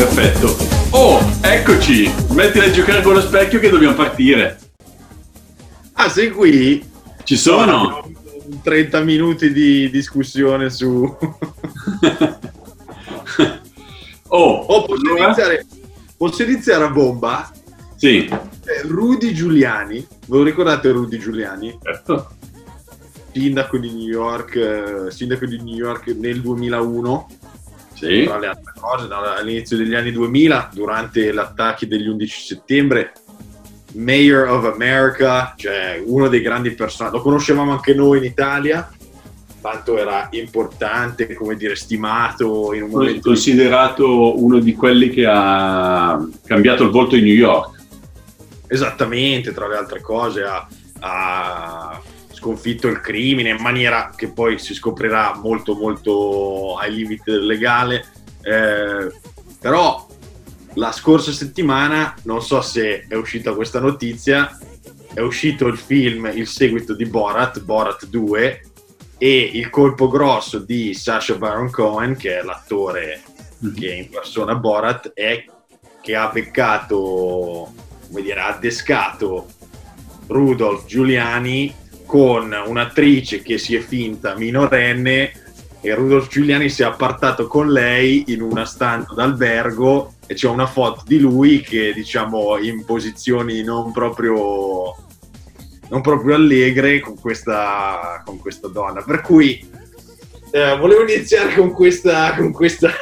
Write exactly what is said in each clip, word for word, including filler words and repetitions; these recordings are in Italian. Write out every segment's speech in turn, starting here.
Perfetto. Oh, eccoci! Mettila a giocare con lo specchio che dobbiamo partire. Ah, sei qui? Ci sono? trenta minuti di discussione su... oh, oh, posso, allora? iniziare, posso iniziare a bomba? Sì. Eh, Rudy Giuliani, ve lo ricordate Rudy Giuliani? Certo. Sindaco di New York, eh, sindaco di New York nel duemilauno. Sì. Tra le altre cose, all'inizio degli anni duemila, durante gli attacchi degli undici settembre, Mayor of America, cioè uno dei grandi personaggi, lo conoscevamo anche noi in Italia, tanto era importante, come dire, stimato in un momento considerato di... uno di quelli che ha cambiato il volto di New York. Esattamente, tra le altre cose ha, ha sconfitto il crimine in maniera che poi si scoprirà molto molto ai limiti del legale, eh, però la scorsa settimana, non so se è uscita questa notizia, è uscito il film, il seguito di Borat, Borat due, e il colpo grosso di Sacha Baron Cohen, che è l'attore mm-hmm. che impersona Borat, è che ha beccato, come dire, ha addescato Rudolph Giuliani con un'attrice che si è finta minorenne, e Rudolph Giuliani si è appartato con lei in una stanza d'albergo e c'è una foto di lui che, diciamo, in posizioni non proprio non proprio allegre con questa con questa donna, per cui eh, volevo iniziare con questa con questa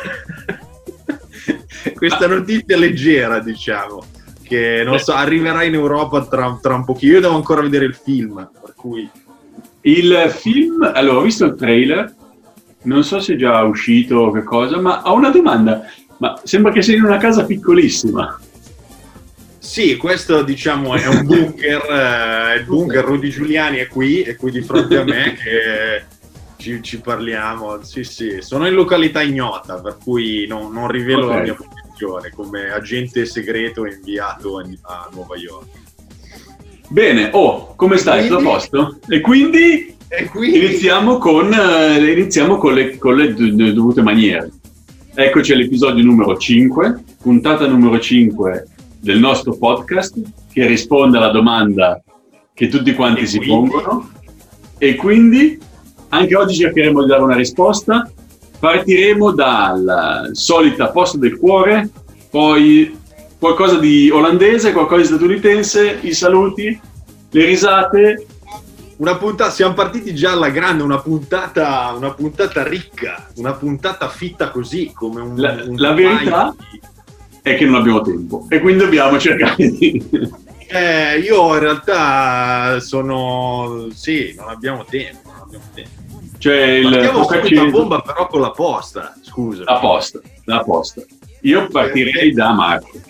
questa notizia leggera, diciamo, che non so, arriverà in Europa tra, tra un pochino. Io devo ancora vedere il film, per cui il film, allora ho visto il trailer, non so se è già uscito o che cosa, ma ho una domanda. Ma sembra che sei in una casa piccolissima. Sì, questo, diciamo, è un bunker, eh, il bunker Rudy Giuliani è qui, è qui di fronte a me che ci, ci parliamo. Sì, sì, sono in località ignota, per cui non, non rivelo okay. la mia posizione come agente segreto inviato a Nuova York. Bene, oh, come stai? Tutto a posto? E quindi, e quindi... iniziamo con, eh, iniziamo con le, con le dovute maniere. Eccoci all'episodio numero cinque, puntata numero cinque del nostro podcast, che risponde alla domanda che tutti quanti e si quindi? pongono, e quindi anche oggi cercheremo di dare una risposta. Partiremo dalla solita posta del cuore, poi qualcosa di olandese, qualcosa di statunitense, i saluti, le risate. Una puntata, siamo partiti già alla grande, una puntata, una puntata ricca, una puntata fitta così, come un... La, un la verità di... è che non abbiamo tempo e quindi dobbiamo cercare di... Eh, io in realtà sono... sì, non abbiamo tempo, non abbiamo tempo. Cioè il... Partiamo subito a bomba però con la posta, scusa. La posta, la posta. Io partirei eh, da Marco.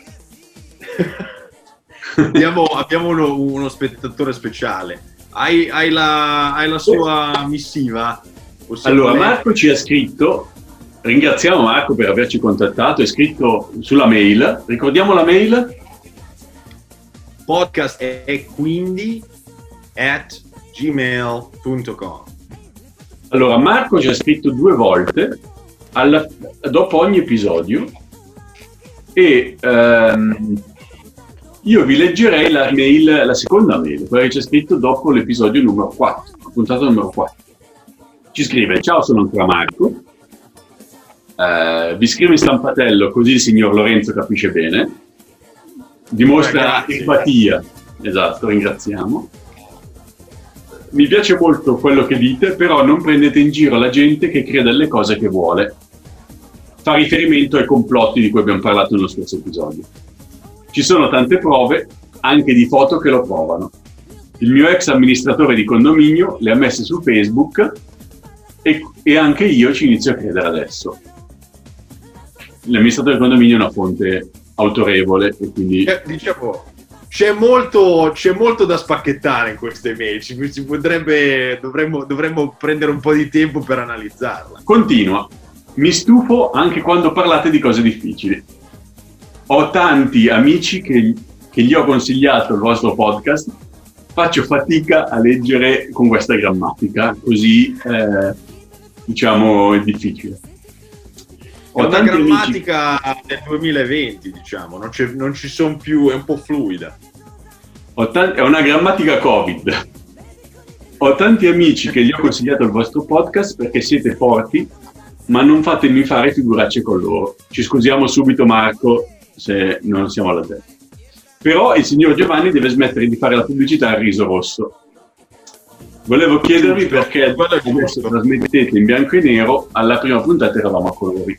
abbiamo abbiamo uno, uno spettatore speciale. Hai, hai, la, hai la sua missiva? Possiamo allora, leggere? Marco ci ha scritto, ringraziamo Marco per averci contattato, è scritto sulla mail, ricordiamo la mail? Podcast è quindi at gmail punto com. Allora, Marco ci ha scritto due volte, alla, dopo ogni episodio, e... Um, io vi leggerei la mail, la seconda mail, quella che c'è scritto dopo l'episodio numero quattro, la puntata numero quattro. Ci scrive: ciao, sono ancora Marco. Uh, vi scrivo in stampatello così il signor Lorenzo capisce bene. Dimostra eh, empatia. Esatto, ringraziamo. Mi piace molto quello che dite, però non prendete in giro la gente che crede alle cose che vuole. Fa riferimento ai complotti di cui abbiamo parlato nello scorso episodio. Ci sono tante prove, anche di foto che lo provano. Il mio ex amministratore di condominio le ha messe su Facebook e, e anche io ci inizio a credere adesso. L'amministratore di condominio è una fonte autorevole e quindi... Eh, diciamo, c'è molto, c'è molto da spacchettare in queste mail, ci, ci potrebbe, dovremmo, dovremmo prendere un po' di tempo per analizzarla. Continua. Mi stufo anche quando parlate di cose difficili. Ho tanti amici che, che gli ho consigliato il vostro podcast, faccio fatica a leggere con questa grammatica, così eh, diciamo è difficile. È una grammatica amici... del duemilaventi, diciamo, non, c'è, non ci sono più, è un po' fluida. Ho t- è una grammatica Covid. Ho tanti amici che gli ho consigliato il vostro podcast perché siete forti, ma non fatemi fare figuracce con loro. Ci scusiamo subito, Marco, se non siamo alla testa. Però il signor Giovanni deve smettere di fare la pubblicità al riso rosso. Volevo chiedervi perché adesso trasmettete in bianco e nero, alla prima puntata eravamo a colori.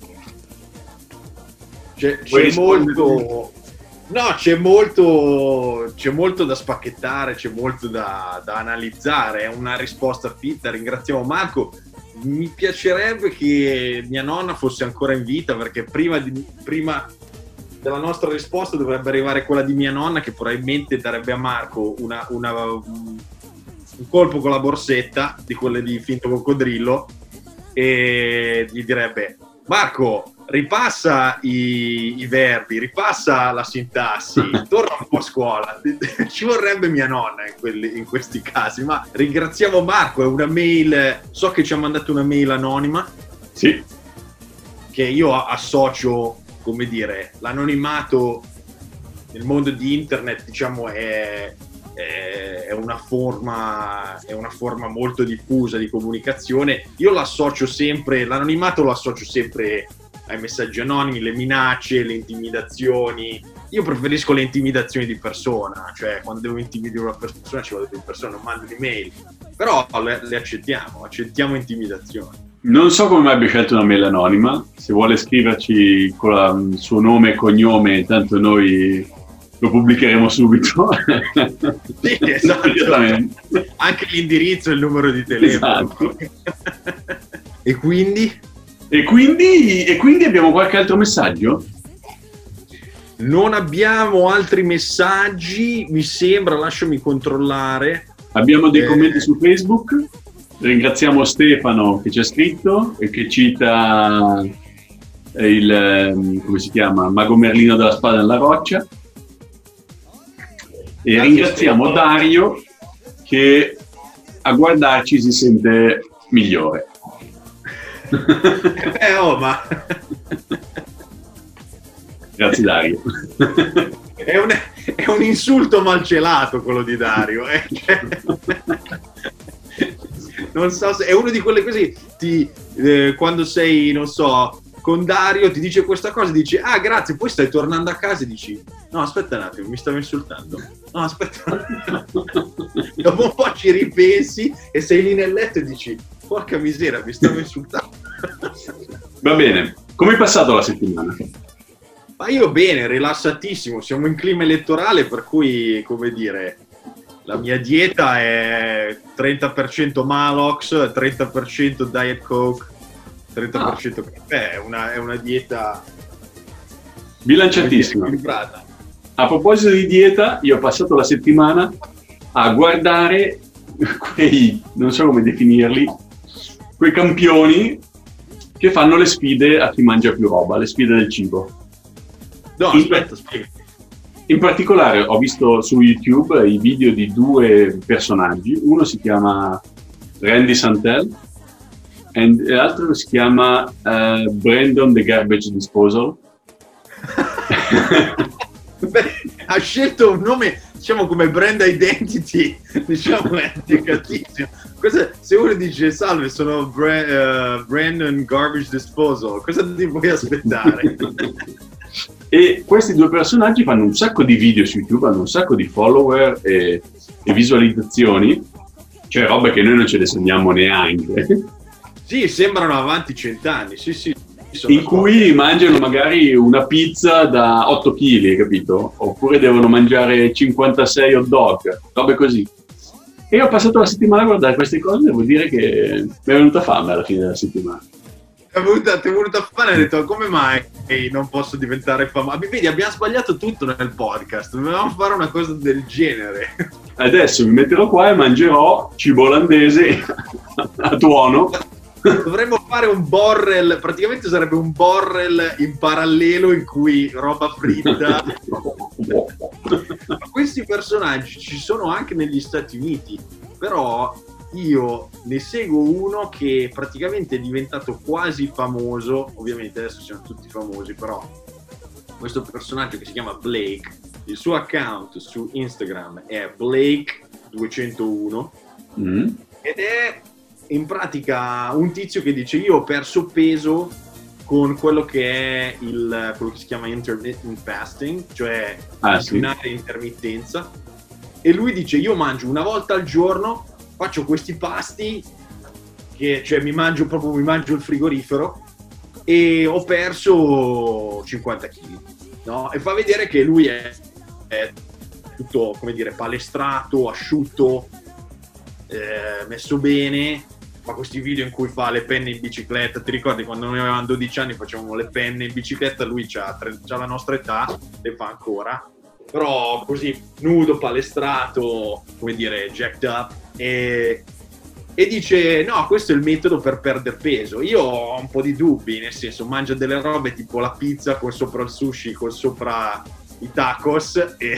C'è, c'è molto... No, c'è molto, c'è molto da spacchettare, c'è molto da, da analizzare, è una risposta fitta, ringraziamo Marco. Mi piacerebbe che mia nonna fosse ancora in vita, perché prima, di, prima della nostra risposta dovrebbe arrivare quella di mia nonna, che probabilmente darebbe a Marco una, una, un colpo con la borsetta, di quelle di finto coccodrillo, e gli direbbe: Marco, ripassa i, i verbi, ripassa la sintassi, torna un po' a scuola. Ci vorrebbe mia nonna in, quelli, in questi casi, ma ringraziamo Marco. È una mail, so che ci ha mandato una mail anonima, sì, che io associo, come dire, l'anonimato nel mondo di internet, diciamo, è, è, è una forma è una forma molto diffusa di comunicazione. Io l'associo sempre, l'anonimato lo associo sempre ai messaggi anonimi, le minacce, le intimidazioni. Io preferisco le intimidazioni di persona, cioè quando devo intimidire una persona ci vado in persona, non mando l'email, però le, le accettiamo, accettiamo intimidazioni. Non so come mai abbia scelto una mail anonima, se vuole scriverci con la, il suo nome e cognome, tanto noi lo pubblicheremo subito. Sì, esatto. Anche l'indirizzo e il numero di telefono. Esatto. E quindi? E quindi, e quindi abbiamo qualche altro messaggio? Non abbiamo altri messaggi, mi sembra, lasciami controllare. Abbiamo dei eh... commenti su Facebook. Ringraziamo Stefano che ci ha scritto e che cita il, come si chiama, Mago Merlino della spada nella roccia. E Grazie ringraziamo Stefano. Dario che a guardarci si sente migliore. Eh oh, ma grazie Dario. È un, è un insulto malcelato quello di Dario, eh? Non so se è uno di quelle così, ti, eh, quando sei, non so, con Dario ti dice questa cosa, dici ah grazie, poi stai tornando a casa e dici no aspetta un attimo, mi stavo insultando, no aspetta dopo un po' ci ripensi e sei lì nel letto e dici porca miseria, mi stavo insultando. Va bene, come è passato la settimana? Ma io bene, rilassatissimo, siamo in clima elettorale, per cui, come dire, la mia dieta è trenta per cento Malox, trenta per cento Diet Coke, trenta per cento ah. caffè, è una, è una dieta bilanciatissima. A proposito di dieta, io ho passato la settimana a guardare quei, non so come definirli, quei campioni che fanno le sfide a chi mangia più roba, le sfide del cibo. No, in, aspetta, spiega. In particolare ho visto su YouTube i video di due personaggi, uno si chiama Randy Santel e l'altro si chiama uh, Brandon the Garbage Disposal. Beh, ha scelto un nome, diciamo, come brand identity, diciamo, è indicatissimo. Cosa, se uno dice salve, sono Bra- uh, Brandon Garbage Disposal, cosa ti puoi aspettare? E questi due personaggi fanno un sacco di video su YouTube, hanno un sacco di follower e, e visualizzazioni, cioè roba che noi non ce ne sogniamo neanche. Sì, sembrano avanti cent'anni, sì sì. In cui mangiano magari una pizza da otto chili, capito? Oppure devono mangiare cinquantasei hot dog, robe così. E ho passato la settimana a guardare queste cose, devo dire che mi è venuta fame alla fine della settimana. Ti è venuta, ti è venuta fame e hai detto come mai non posso diventare famoso? Vedi, abbiamo sbagliato tutto nel podcast, dovevamo fare una cosa del genere. Adesso mi metterò qua e mangerò cibo olandese a tuono. Dovremmo fare un borrel, praticamente sarebbe un borrel in parallelo in cui roba fritta. Ma questi personaggi ci sono anche negli Stati Uniti, però io ne seguo uno che praticamente è diventato quasi famoso, ovviamente adesso siamo tutti famosi, però questo personaggio che si chiama Blake, il suo account su Instagram è Blake duecentouno mm. ed è in pratica un tizio che dice: io ho perso peso con quello che è il quello che si chiama intermittent fasting, cioè ah, digiunare sì. intermittenza, e lui dice: io mangio una volta al giorno, faccio questi pasti che cioè mi mangio proprio mi mangio il frigorifero e ho perso cinquanta chili, no? E fa vedere che lui è, è tutto, come dire, palestrato, asciutto, eh, messo bene. Fa questi video in cui fa le penne in bicicletta. Ti ricordi quando noi avevamo dodici anni facevamo le penne in bicicletta? Lui c'ha, c'ha la nostra età, le fa ancora, però così nudo, palestrato, come dire, jacked up, e, e dice: no, questo è il metodo per perdere peso. Io ho un po' di dubbi, nel senso, mangia delle robe tipo la pizza con sopra il sushi, con sopra i tacos, e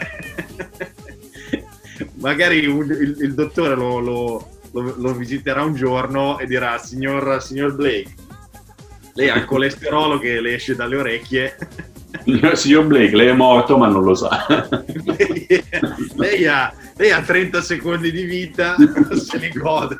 magari un, il, il dottore lo, lo, lo, lo visiterà un giorno e dirà: signor, signor Blake, lei ha il colesterolo che le esce dalle orecchie. Signor Blake, lei è morto ma non lo sa. lei, lei, ha, lei ha trenta secondi di vita, se li goda.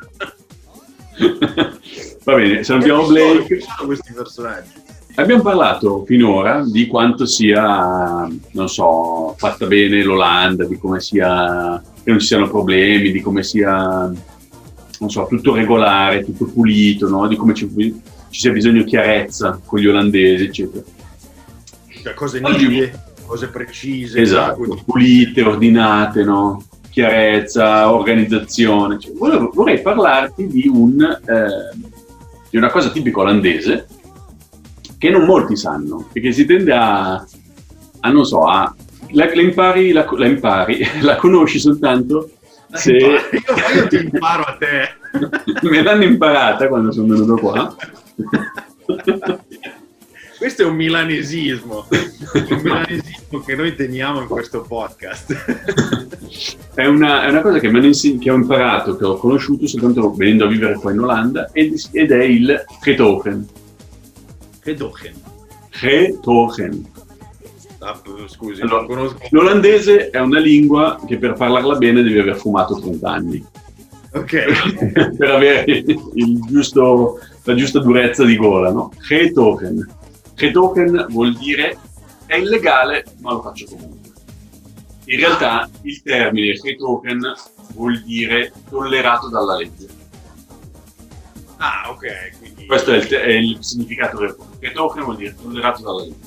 Va bene, salutiamo Blake. Chi sono questi personaggi? Abbiamo parlato finora di quanto sia, non so, fatta bene l'Olanda, di come sia, che non ci siano problemi, di come sia, non so, tutto regolare, tutto pulito, no? Di come ci, ci sia bisogno di chiarezza con gli olandesi, eccetera. Cioè, cose nitide, cose precise. Esatto, pulite, ordinate, no? Chiarezza, organizzazione. Cioè, vorrei, vorrei parlarti di, un, eh, di una cosa tipica olandese che non molti sanno, perché si tende a, a non so, a, la, la impari, la, la impari, la conosci soltanto se... Io, io ti imparo a te. Me l'hanno imparata quando sono venuto qua. Questo è un milanesismo, un milanesismo che noi teniamo in questo podcast. È una, è una cosa che, mi hanno inseg- che ho imparato, che ho conosciuto soltanto venendo a vivere qua in Olanda, ed, ed è il getogen. Getogen. Getogen. Ah, scusi, allora, non conosco. L'olandese è una lingua che per parlarla bene devi aver fumato trenta anni. Ok. Per avere il giusto, la giusta durezza di gola, no? Getogen. Getogen vuol dire è illegale, ma lo faccio comunque. In realtà il termine getogen vuol dire tollerato dalla legge. Ah, ok. Quindi... Questo è il, è il significato del getogen, vuol dire tollerato dalla legge.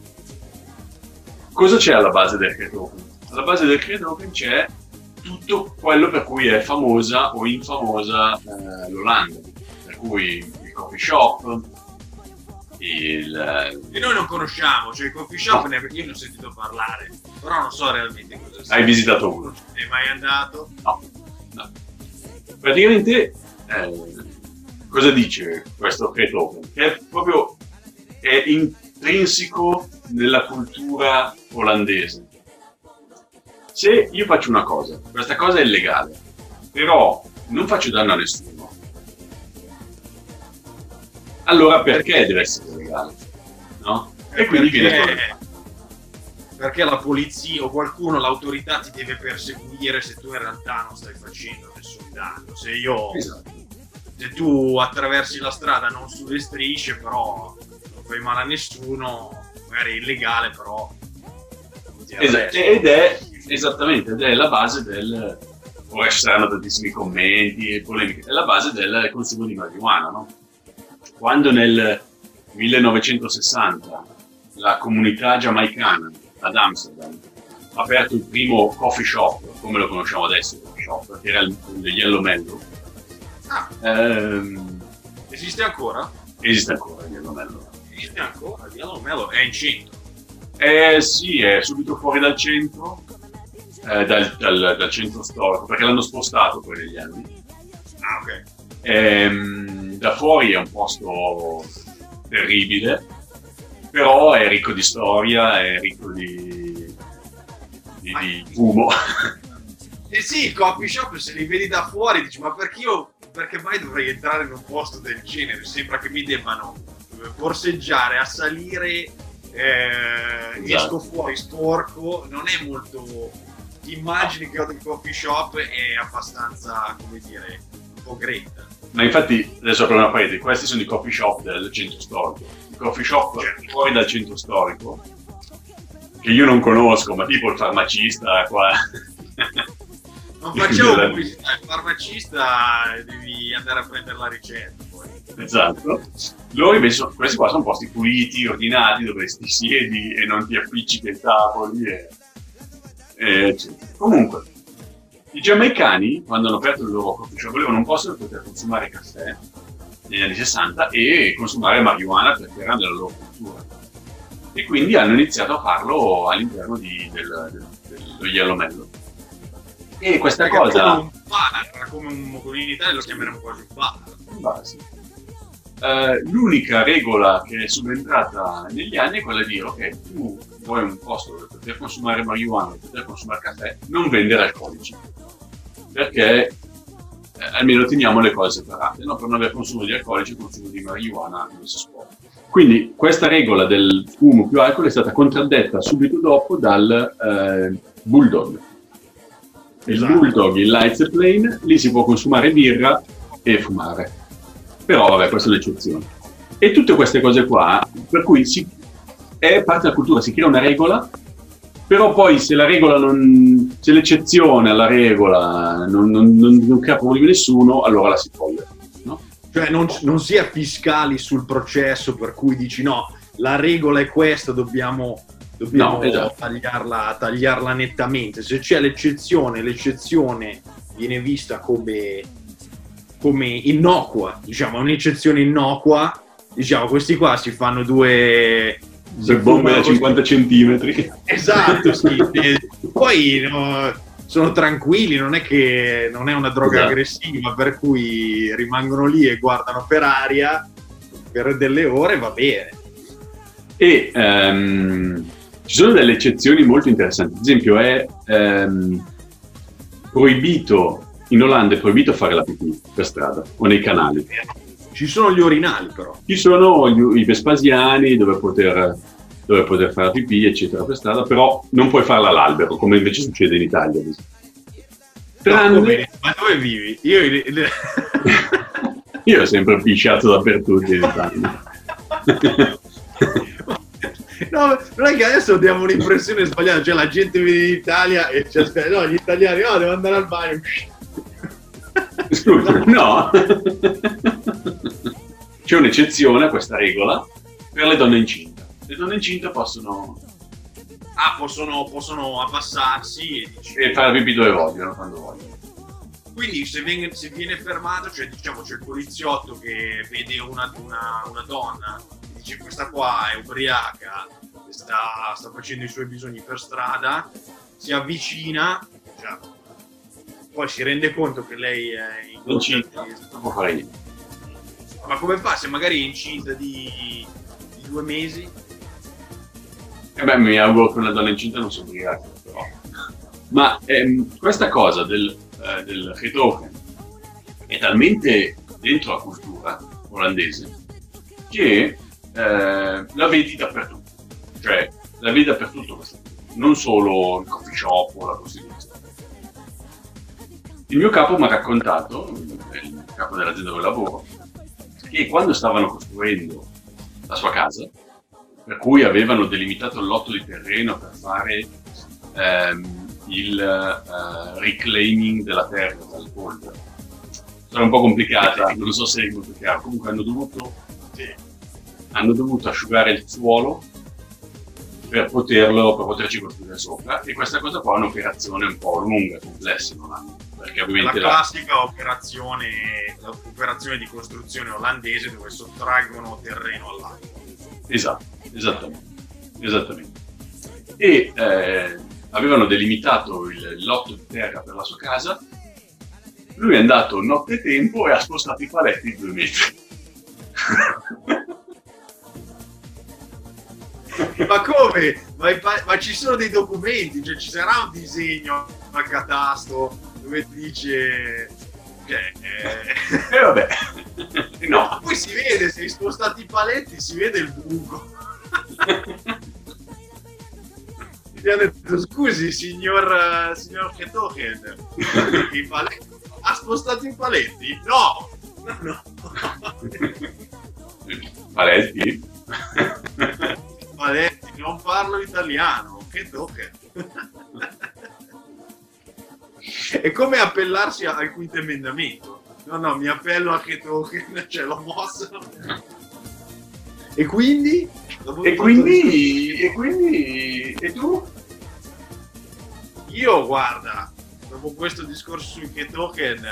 Cosa c'è alla base del getogen? Alla base del getogen c'è tutto quello per cui è famosa o infamosa eh, l'Olanda. Per cui il coffee shop, il... E noi non conosciamo, cioè il coffee shop ne... io ne ho sentito parlare, però non so realmente cosa sia. Hai visitato uno? Sei mai andato? No, no. Praticamente eh, cosa dice questo getogen? Che è proprio è intrinseco nella cultura olandese. Se io faccio una cosa, questa cosa è illegale, però non faccio danno a nessuno, allora perché deve essere legale? No? E quindi perché, viene tollerato. Perché la polizia o qualcuno, l'autorità ti deve perseguire se tu in realtà non stai facendo nessun danno. Se io, esatto. Se tu attraversi la strada non sulle strisce, però non fai male a nessuno, magari è illegale, però esatto. Ed è esattamente, ed è la base del, ora ci saranno tantissimi commenti e polemiche, è la base del consumo di marijuana, no? Quando nel millenovecentosessanta la comunità giamaicana ad Amsterdam ha aperto il primo coffee shop, come lo conosciamo adesso, coffee shop, che era il, il Yellow Mellow. Ah, ehm, esiste ancora? Esiste ancora il Yellow Mellow. Esiste ancora, il Yellow Mellow è in centro. Eh sì, è subito fuori dal centro, eh, dal, dal, dal centro storico, perché l'hanno spostato poi negli anni. Ah, ok. Ehm, da fuori è un posto terribile, però è ricco di storia, è ricco di, di, di fumo. Eh sì, il coffee shop, se li vedi da fuori dici ma perché io, perché mai dovrei entrare in un posto del genere? Sembra che mi debbano borseggiare, a salire, eh, Esatto. esco fuori sporco, non è molto... L'immagine che ho del coffee shop è abbastanza, come dire, un po' gretta. Ma infatti, adesso per una parete, questi sono i coffee shop del centro storico. I coffee shop fuori dal centro storico, che io non conosco, ma tipo il farmacista qua. Non facciamo pubblicità, il farmacista devi andare a prendere la ricetta poi. Esatto. Loro invece sono, questi qua sono posti puliti, ordinati, dove ti siedi e non ti appiccichi ai tavoli. E, e, comunque, i giamaicani, quando hanno aperto il loro coffee shop, volevano un posto per poter consumare caffè negli anni sessanta e consumare marijuana perché era nella loro cultura. E quindi hanno iniziato a farlo all'interno di, del, del, dello Yellow Mellow. E questa perché cosa... Come un bar, come un, come in Italia lo chiameremo quasi un bar. Bah, sì. Uh, l'unica regola che è subentrata negli anni è quella di dire ok, tu vuoi un posto per poter consumare marijuana, per poter consumare caffè, non vendere alcolici, perché eh, almeno teniamo le cose separate, no? Per non avere consumo di alcolici e consumo di marijuana non si può. Quindi questa regola del fumo più alcol è stata contraddetta subito dopo dal eh, Bulldog. Il Esatto. Bulldog, il Lights Plane, lì si può consumare birra e fumare. Però vabbè, questa è l'eccezione. E tutte queste cose qua, per cui si, è parte della cultura, si crea una regola, però poi se la regola non, se l'eccezione alla regola non, non, non, non crea problemi nessuno, allora la si toglie, no? Cioè non, non si è fiscali sul processo per cui dici no, la regola è questa, dobbiamo, dobbiamo No, esatto. tagliarla, tagliarla nettamente. Se c'è l'eccezione, l'eccezione viene vista come... come innocua, diciamo, un'eccezione innocua, diciamo, questi qua si fanno due... Se bombe da cinquanta centimetri. Esatto, sì. E poi no, sono tranquilli, non è che non è una droga Esatto. aggressiva, per cui rimangono lì e guardano per aria per delle ore, va bene. E um, ci sono delle eccezioni molto interessanti. Ad esempio è um, proibito, in Olanda è proibito fare la pipì per strada o nei canali. Ci sono gli orinali però. Ci sono gli, i Vespasiani dove poter, dove poter fare la pipì, eccetera, per strada, però non puoi farla all'albero, come invece succede in Italia. Tranne... No, come, ma dove vivi? Io, Io ho sempre pisciato dappertutto in Italia. No, non è che adesso diamo un'impressione sbagliata, cioè la gente viene in Italia e ci aspetta, no, gli italiani, no, devo andare al bagno. Scusa, no. C'è un'eccezione a questa regola per le donne incinte. Le donne incinte possono... Ah, possono, possono abbassarsi e, dici... e fare la pipì dove vogliono, quando vogliono. Quindi se viene, se viene fermato, cioè diciamo c'è il poliziotto che vede una, una, una donna e dice questa qua è ubriaca, sta, sta facendo i suoi bisogni per strada, si avvicina, cioè, poi si rende conto che lei è Incinta, non può fare niente. Ma come fa se magari è incinta di, di due mesi? E beh, mi auguro che una donna incinta non sia ubriaca, però. Ma ehm, questa cosa del, eh, del retoken è talmente dentro la cultura olandese che eh, la vedi dappertutto. Cioè, la vedi dappertutto questa cosa. Non solo il coffee shop o la costituzione. Il mio capo mi ha raccontato, il capo dell'azienda dove lavoro, che quando stavano costruendo la sua casa, per cui avevano delimitato il lotto di terreno per fare ehm, il uh, reclaiming della terra dal polvere. Sarà un po' complicata, non so se è molto chiaro. Comunque hanno dovuto, eh, hanno dovuto asciugare il suolo per poterlo, per poterci costruire sopra, e questa cosa qua è un'operazione un po' lunga, complessa, non hanno, perché ovviamente la la... classica operazione, l'operazione di costruzione olandese dove sottraggono terreno all'acqua. Esatto, esattamente, esattamente. E eh, avevano delimitato il lotto di terra per la sua casa. Lui è andato nottetempo e ha spostato i paletti di due metri. Ma come? Ma, ma ci sono dei documenti, cioè ci sarà un disegno al catasto dove dice... Cioè, eh... eh vabbè, no. Poi si vede, se hai spostato i paletti, si vede il buco. Mi ha detto, scusi, signor, signor Ketoken, ha spostato i paletti? No! No! Paletti? Paletti, non parlo italiano, Ketoken. È come appellarsi al quinto emendamento. No, no, mi appello a Ketoken, ce l'ho mosso. E quindi? E quindi? E quindi? E tu? Io, guarda, dopo questo discorso sul Ketoken,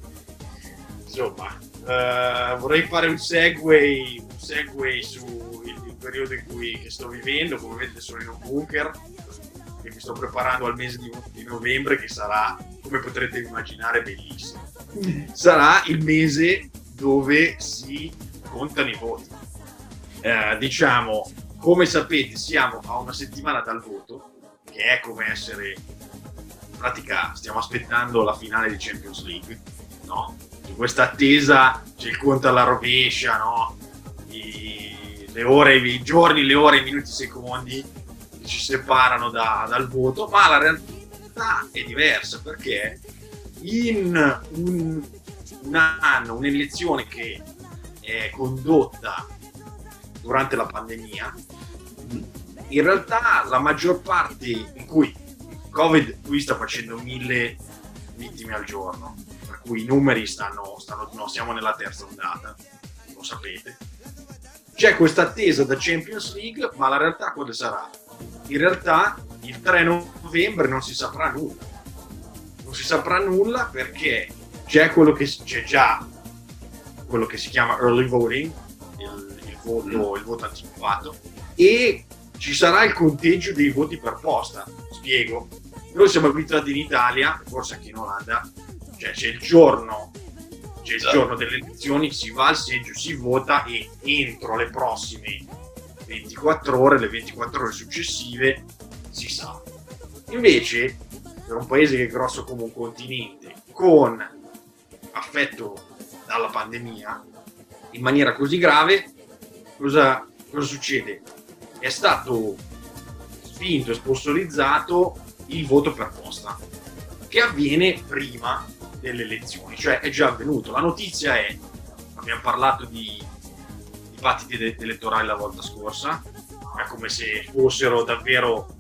insomma, eh, vorrei fare un segue, un segue su il, il periodo in cui che sto vivendo. Come vedete sono in un bunker e mi sto preparando al mese di, di novembre, che sarà, come potrete immaginare, bellissimo. Sarà il mese dove si contano i voti. Eh, diciamo, come sapete, siamo a una settimana dal voto, che è come essere, in pratica stiamo aspettando la finale di Champions League, no? In questa attesa c'è il conto alla rovescia, no? I, le ore, i giorni, le ore, i minuti, i secondi che ci separano da, dal voto, ma la realtà è diversa, perché in un, un anno, un'elezione che è condotta durante la pandemia, in realtà la maggior parte, in cui il Covid qui sta facendo mille vittime al giorno, per cui i numeri stanno, stanno no, siamo nella terza ondata, lo sapete. C'è questa attesa da Champions League, ma la realtà quale sarà? In realtà il tre novembre non si saprà nulla. Non si saprà nulla perché c'è quello che c'è già quello che si chiama early voting, il, il voto, il voto anticipato, e ci sarà il conteggio dei voti per posta. Spiego. Noi siamo abituati in Italia, forse anche in Olanda, cioè c'è il giorno, c'è il giorno delle elezioni, si va al seggio, si vota e entro le prossime ventiquattro ore, le ventiquattro ore successive, si sa. Invece, per un paese che è grosso come un continente, con affetto dalla pandemia, in maniera così grave, cosa, cosa succede? È stato spinto e sponsorizzato il voto per posta, che avviene prima delle elezioni, cioè è già avvenuto. La notizia è, abbiamo parlato di dibattiti de- elettorali la volta scorsa, è come se fossero davvero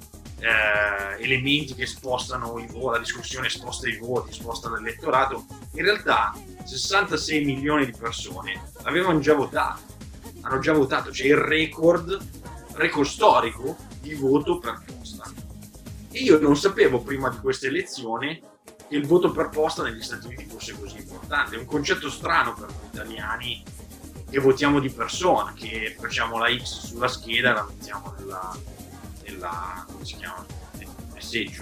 eh, elementi che spostano i voti, la discussione sposta i voti, sposta l'elettorato. In realtà sessantasei milioni di persone avevano già votato, hanno già votato, c'è il record, record storico di voto per posta. E io non sapevo prima di questa elezione che il voto per posta negli Stati Uniti fosse così importante. È un concetto strano per noi italiani che votiamo di persona, che facciamo la X sulla scheda e la mettiamo nella, nella come si chiama? Nel seggio.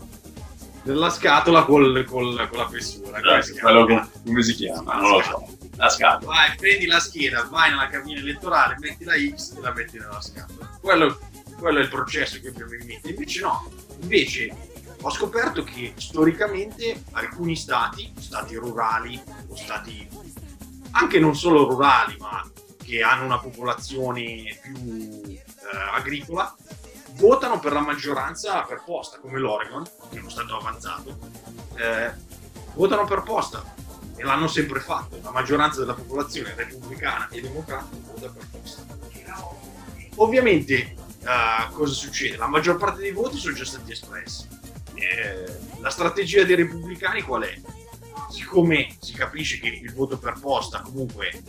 Nella scatola col, col, con la fessura. Eh, come, si quello che, come si chiama? Non lo so. La scatola. Vai, prendi la scheda, vai nella cabina elettorale, metti la X e la metti nella scatola. Quello, quello è il processo che abbiamo in mente. Invece no. Invece ho scoperto che storicamente alcuni stati, stati rurali o stati anche non solo rurali, ma che hanno una popolazione più eh, agricola, votano per la maggioranza per posta, come l'Oregon, che è uno stato avanzato, eh, votano per posta e l'hanno sempre fatto. La maggioranza della popolazione repubblicana e democratica vota per posta. Ovviamente uh, cosa succede? La maggior parte dei voti sono già stati espressi. Eh, la strategia dei repubblicani qual è? Siccome si capisce che il voto per posta comunque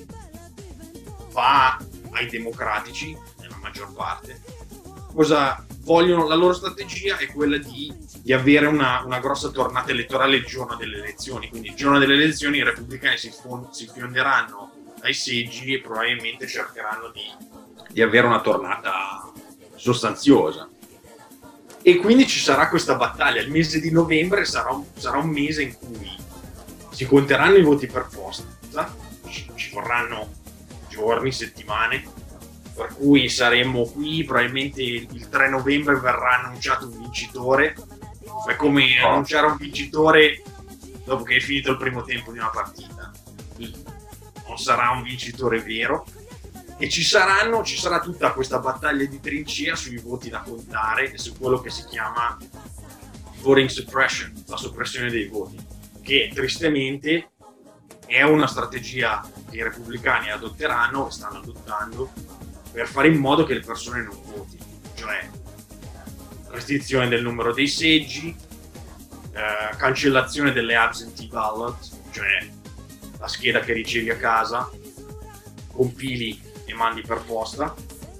va ai democratici nella maggior parte, cosa vogliono? La loro strategia è quella di, di avere una, una grossa tornata elettorale il giorno delle elezioni. Quindi il giorno delle elezioni i repubblicani si, fon- si fionderanno ai seggi e probabilmente cercheranno di, di avere una tornata sostanziosa. E quindi ci sarà questa battaglia. Il mese di novembre sarà un, sarà un mese in cui si conteranno i voti per posta, ci, ci vorranno giorni, settimane, per cui saremmo qui, probabilmente il tre novembre verrà annunciato un vincitore. È come Oh. annunciare un vincitore dopo che è finito il primo tempo di una partita. Non sarà un vincitore vero. E ci saranno, ci sarà tutta questa battaglia di trincea sui voti da contare e su quello che si chiama voting suppression, la soppressione dei voti, che tristemente è una strategia che i repubblicani adotteranno e stanno adottando per fare in modo che le persone non votino, cioè restrizione del numero dei seggi, eh, cancellazione delle absentee ballot, cioè la scheda che ricevi a casa, compili e mandi per posta.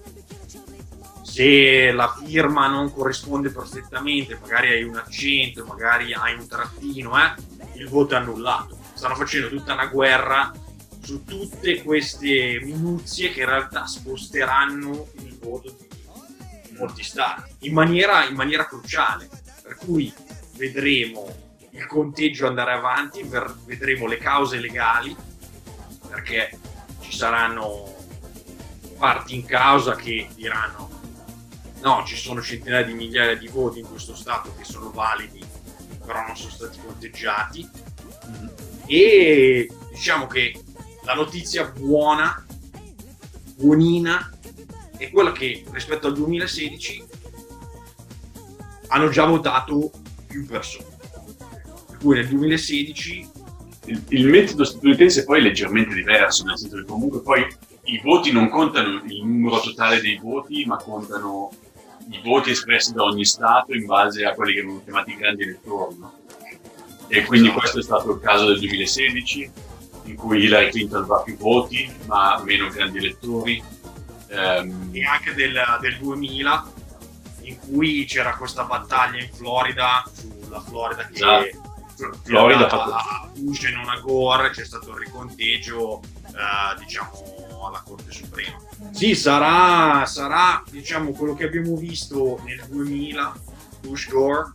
Se la firma non corrisponde perfettamente, magari hai un accento, magari hai un trattino, eh, il voto è annullato. Stanno facendo tutta una guerra su tutte queste minuzie che in realtà sposteranno il voto di molti stati in maniera, in maniera cruciale, per cui vedremo il conteggio andare avanti, ver- vedremo le cause legali, perché ci saranno parti in causa che diranno no, ci sono centinaia di migliaia di voti in questo stato che sono validi però non sono stati conteggiati. Mm-hmm. E diciamo che la notizia buona buonina è quella che rispetto al duemilasedici hanno già votato più persone, per cui nel duemilasedici il, il metodo statunitense poi è leggermente diverso, nel senso che comunque poi i voti non contano il numero totale dei voti, ma contano i voti espressi da ogni stato in base a quelli che vengono chiamati grandi elettori, no? E quindi questo è stato il caso del duemilasedici, in cui Hillary Clinton va più voti ma meno grandi elettori, um, e anche del, del duemila, in cui c'era questa battaglia in Florida, sulla Florida che esatto. Florida a Bush e non a Gore, c'è stato il riconteggio uh, diciamo alla Corte Suprema. Sì, sarà, sarà diciamo quello che abbiamo visto nel duemila, Bush Gore,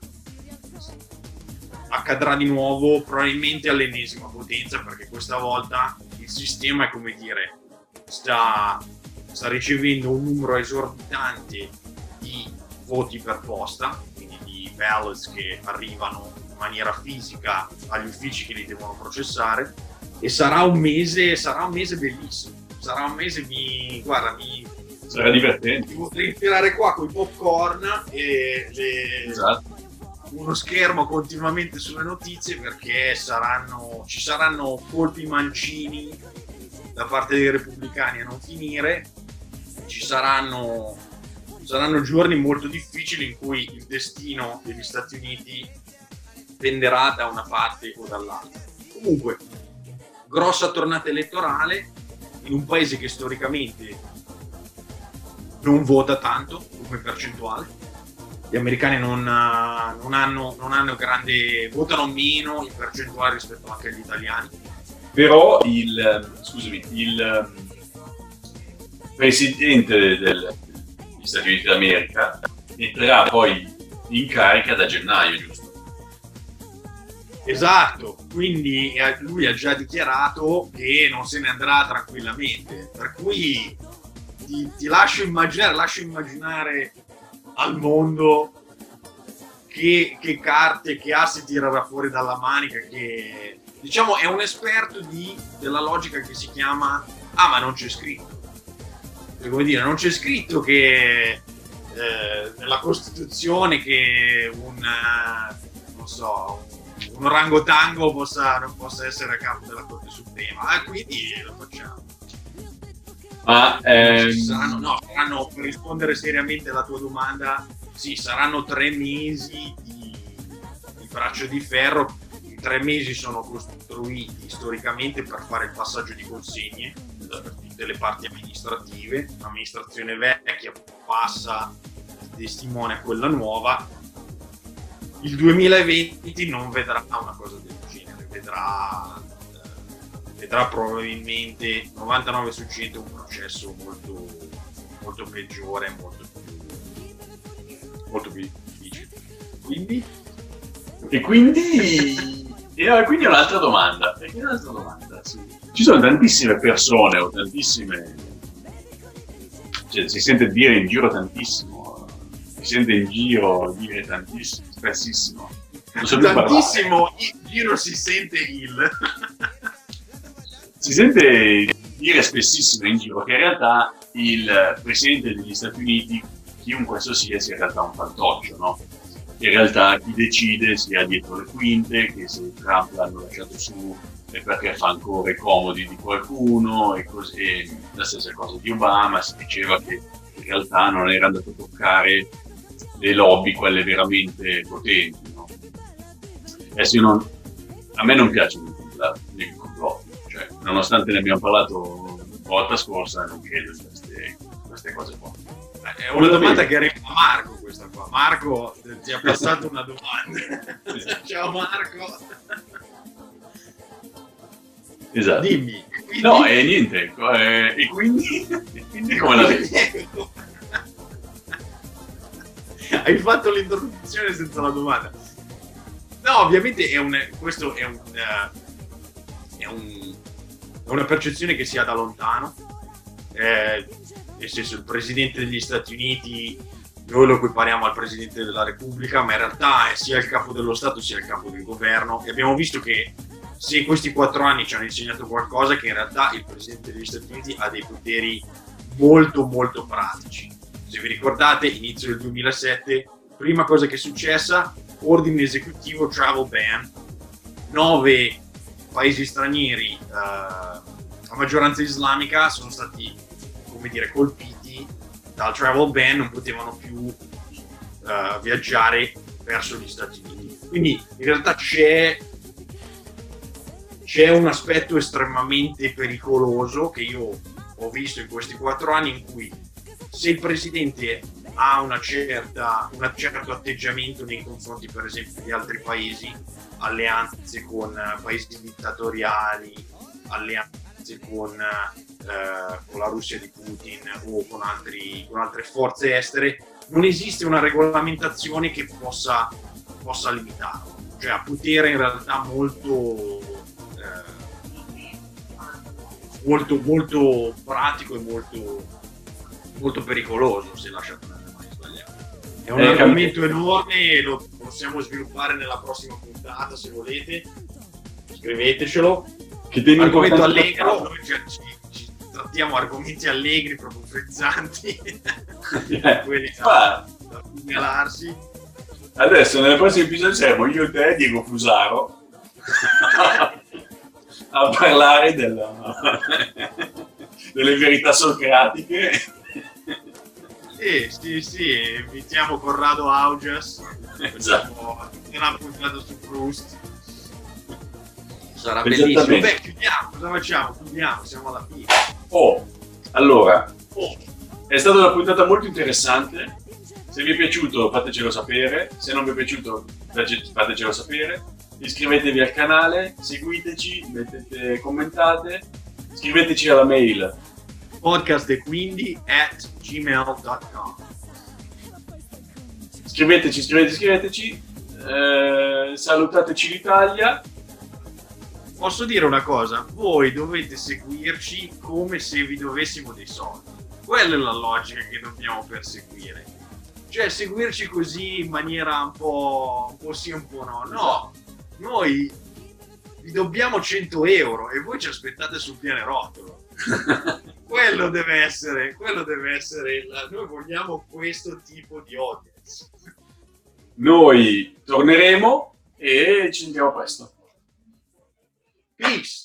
accadrà di nuovo probabilmente all'ennesima potenza, perché questa volta il sistema è, come dire, sta, sta ricevendo un numero esorbitante di voti per posta, quindi di ballots che arrivano in maniera fisica agli uffici che li devono processare, e sarà un mese, sarà un mese bellissimo, sarà un mese mi, guarda, mi sarà divertente. Mi potrei tirare qua con i popcorn e le, esatto. uno schermo continuamente sulle notizie, perché saranno, ci saranno colpi mancini da parte dei repubblicani a non finire, ci saranno, saranno giorni molto difficili in cui il destino degli Stati Uniti penderà da una parte o dall'altra. Comunque, grossa tornata elettorale in un paese che storicamente non vota tanto come percentuale. Gli americani non, non, hanno, non hanno grande, votano meno in percentuale rispetto anche agli italiani. Però il, scusami, il presidente del, degli Stati Uniti d'America entrerà poi in carica da gennaio, giusto? Esatto, quindi lui ha già dichiarato che non se ne andrà tranquillamente, per cui ti, ti lascio immaginare, lascio immaginare al mondo che, che carte, che assi tirerà fuori dalla manica, che diciamo è un esperto di, della logica che si chiama ah ma non c'è scritto, cioè, come dire, non c'è scritto che eh, nella Costituzione che un non so un orangotango possa, non possa essere a capo della Corte Suprema, ah, quindi lo facciamo. Ma ehm... saranno, no, saranno, per rispondere seriamente alla tua domanda, sì, saranno tre mesi di, di braccio di ferro. I tre mesi sono costruiti storicamente per fare il passaggio di consegne per tutte le parti amministrative. L'amministrazione vecchia passa testimone a quella nuova. Il duemilaventi non vedrà una cosa del genere, vedrà vedrà probabilmente novantanove su cento un processo molto molto peggiore, molto più molto più difficile. Quindi e quindi e quindi è un'altra domanda, è un'altra domanda sì. Ci sono tantissime persone o tantissime cioè, si sente dire in giro tantissimo, si sente in giro dire tantissimo, spessissimo. Non so più Tantissimo in giro si sente il... si sente dire spessissimo in giro che in realtà il presidente degli Stati Uniti, chiunque esso sia, sia in realtà un fantoccio, no? In realtà chi decide sia dietro le quinte, che se Trump l'hanno lasciato su è perché fa ancora i comodi di qualcuno, e così. E la stessa cosa di Obama, si diceva che in realtà non era andato a toccare le lobby, quelle veramente potenti, no? Adesso io non, a me non piace il complotto, cioè, nonostante ne abbiamo parlato la volta scorsa, non credo in queste, queste cose qua. È una domanda che arriva a Marco questa qua. Marco, ti ha passato una domanda. Ciao Marco. Esatto. Dimmi. Quindi... No, e niente. Eh, e quindi? E quindi come la vedi? Hai fatto l'introduzione senza la domanda. No, ovviamente è un, questo è, un, è, un, è una percezione che si ha da lontano. Eh, nel senso, il presidente degli Stati Uniti noi lo equipariamo al presidente della Repubblica, ma in realtà è sia il capo dello Stato sia il capo del governo, e abbiamo visto che se in questi quattro anni ci hanno insegnato qualcosa, che in realtà il presidente degli Stati Uniti ha dei poteri molto molto pratici. Se vi ricordate, inizio del duemilasette, prima cosa che è successa, ordine esecutivo, travel ban, nove paesi stranieri eh, a maggioranza islamica sono stati, come dire, colpiti dal travel ban, non potevano più uh, viaggiare verso gli Stati Uniti. Quindi in realtà c'è, c'è un aspetto estremamente pericoloso che io ho visto in questi quattro anni, in cui se il presidente ha una certa, un certo atteggiamento nei confronti, per esempio, di altri paesi, alleanze con uh, paesi dittatoriali, alleanze con Uh, con la Russia di Putin o con, altri, con altre forze estere, non esiste una regolamentazione che possa, possa limitarlo. Cioè ha potere in realtà molto, eh, molto, molto pratico e molto, molto pericoloso se lasciato nelle mani sbagliate. È un eh, argomento enorme e lo possiamo sviluppare nella prossima puntata se volete. Scrivetecelo. Che temi argomento allegro, noi ci, ci trattiamo argomenti allegri, proprio frizzanti, yeah. quelli da, da segnalarsi. Adesso nel prossimo episodio saremo io e te, Diego Fusaro, a parlare della, delle verità socratiche. Sì, sì, sì, invitiamo Corrado Augias, esatto. Una puntata su Proust. Sarà bellissimo. Beh, chiudiamo, cosa facciamo? Chiudiamo, siamo alla fine. Oh, allora, oh. È stata una puntata molto interessante. Se vi è piaciuto fatecelo sapere, se non vi è piaciuto fatecelo sapere. Iscrivetevi al canale, seguiteci, mettete, commentate, scriveteci alla mail podcast e quindi at gmail dot com. Scriveteci, scriveteci, scriveteci. Eh, salutateci l'Italia. Posso dire una cosa? Voi dovete seguirci come se vi dovessimo dei soldi. Quella è la logica che dobbiamo perseguire. Cioè, seguirci così in maniera un po', un po' sì, un po' no. No, noi vi dobbiamo cento euro e voi ci aspettate sul pianerottolo. quello deve essere, quello deve essere, la, noi vogliamo questo tipo di audience. Noi torneremo e ci vediamo presto. Peace.